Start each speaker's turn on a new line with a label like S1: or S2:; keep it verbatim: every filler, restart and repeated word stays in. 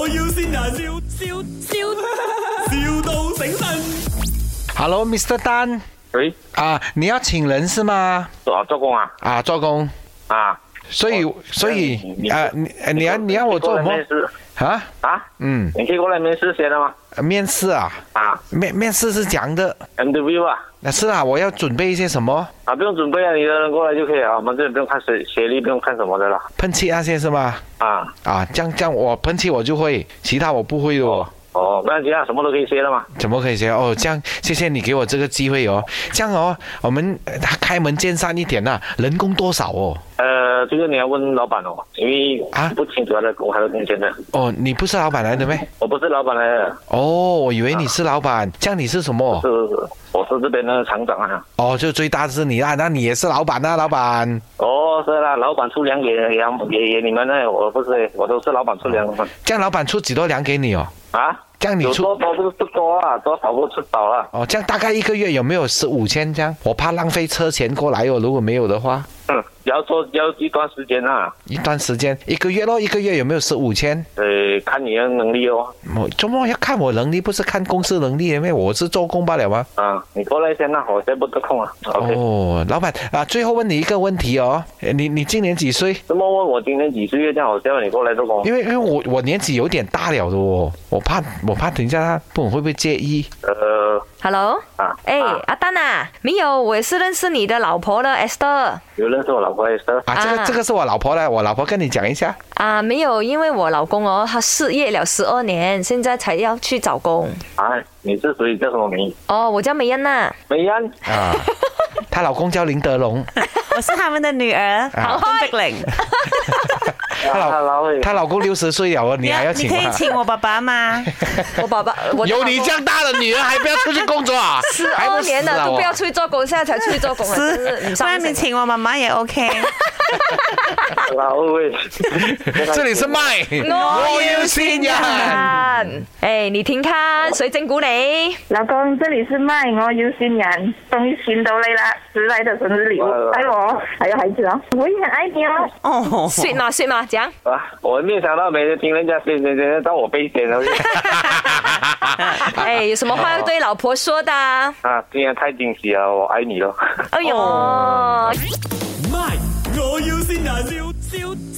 S1: 要先人，笑笑笑，,笑到醒神。
S2: Hello，Mister Dan。
S3: 喂。
S2: 啊，你要请人是吗？
S3: 做做工啊。
S2: 啊，做工。
S3: 啊。
S2: 所以，所以啊，你你要你要我做什么？啊
S3: 啊，
S2: 嗯，
S3: 你可以过来面试先了吗？
S2: 面试啊？
S3: 啊，
S2: 面面试是讲的
S3: M W 啊。
S2: 那是啊，我要准备一些什么？
S3: 啊，不用准备啊，你的人过来就可以了。我们这里不用看学学历，不用看什么的了。
S2: 喷漆那些是吗？
S3: 啊
S2: 啊，这样这样，我喷漆我就会，其他我不会的哦。
S3: 哦，不然这样什么都可以学了嘛？
S2: 怎么可以学哦？这样，谢谢你给我这个机会哦。这样哦，我们他开门见山一点呐、啊，人工多少哦？
S3: 呃，这个你要问老板哦，因为
S2: 啊
S3: 不清楚他的工还有工钱的。
S2: 哦，你不是老板来的咩？
S3: 我不是老板来的。
S2: 哦，我以为你是老板。啊、这样你是什么？
S3: 是是是，我是这边的厂长啊。
S2: 哦，就最大的是你啊，那你也是老板啊，老板。
S3: 哦，是啦，老板出粮给给给你们呢，我不是，我都是老板出粮的。
S2: 这样老板出几多粮给你哦？
S3: 啊？
S2: 这样你出
S3: 多多不不多啊，多少不出少了。
S2: 哦，这样大概一个月有没有十五千这样？我怕浪费车钱过来哦，如果没有的话。
S3: 嗯，要做要一段时间啊。
S2: 一段时间，一个月咯，一个月有没有十五千？
S3: 呃，看你的能力哦。
S2: 我周末要看我能力，不是看公司能力，因为我是做工罢了吗？
S3: 啊，你过来先啦，我现在不得空啊。OK。
S2: 哦，老板啊，最后问你一个问题哦，你你今年几岁？
S3: 怎么问我今年几岁？这样我叫你过来做工。
S2: 因为因为我我年纪有点大了的哦，我怕我怕等一下他不懂会不会介意。
S3: 呃。
S4: Hello。
S3: 啊。
S4: 哎，
S3: 啊
S4: 阿丹啊，没有，我也是认识你的老婆的 Esther。
S3: 有认识我老婆 Esther？
S2: 啊，这个、
S4: 啊、
S2: 这个是我老婆的，我老婆跟你讲一下。
S4: 啊，没有，因为我老公哦，他失业了十二年，现在才要去找工。
S3: 啊，你是属于叫什么名？
S4: 哦，我叫梅恩呐。
S3: 梅恩。
S2: 啊，她老公叫林德龙。
S5: 我是他们的女儿，
S4: 好
S5: 洪碧玲。
S2: 她老她老公六十岁了哦，你还要请吗？
S5: 你可以请我爸爸吗？
S4: 我爸爸，我
S2: 有你这样大的女儿还不要出去工作啊？
S4: 十二年了都不要出去做工，现在才出去做工了，真是
S5: 不然你请我妈妈也 OK。
S3: 老魏，
S2: 这里是麦，
S4: 我
S2: 要新人。
S4: 哎，你听看，谁整蛊你？
S6: 老公，这里是麦，我有新人，终于寻到你啦！迟来的生日礼物，爱我，还有孩子哦，我也很爱你哦。
S5: 哦，
S4: 睡嘛睡嘛，讲。
S3: 啊，我没有想到每天听人家先先先到我背先了。
S4: 哎，有什么话要对老婆说的？啊，
S3: 今天太惊喜了，我爱你了。
S4: 哎呦。
S1: My， 我要先人，笑笑。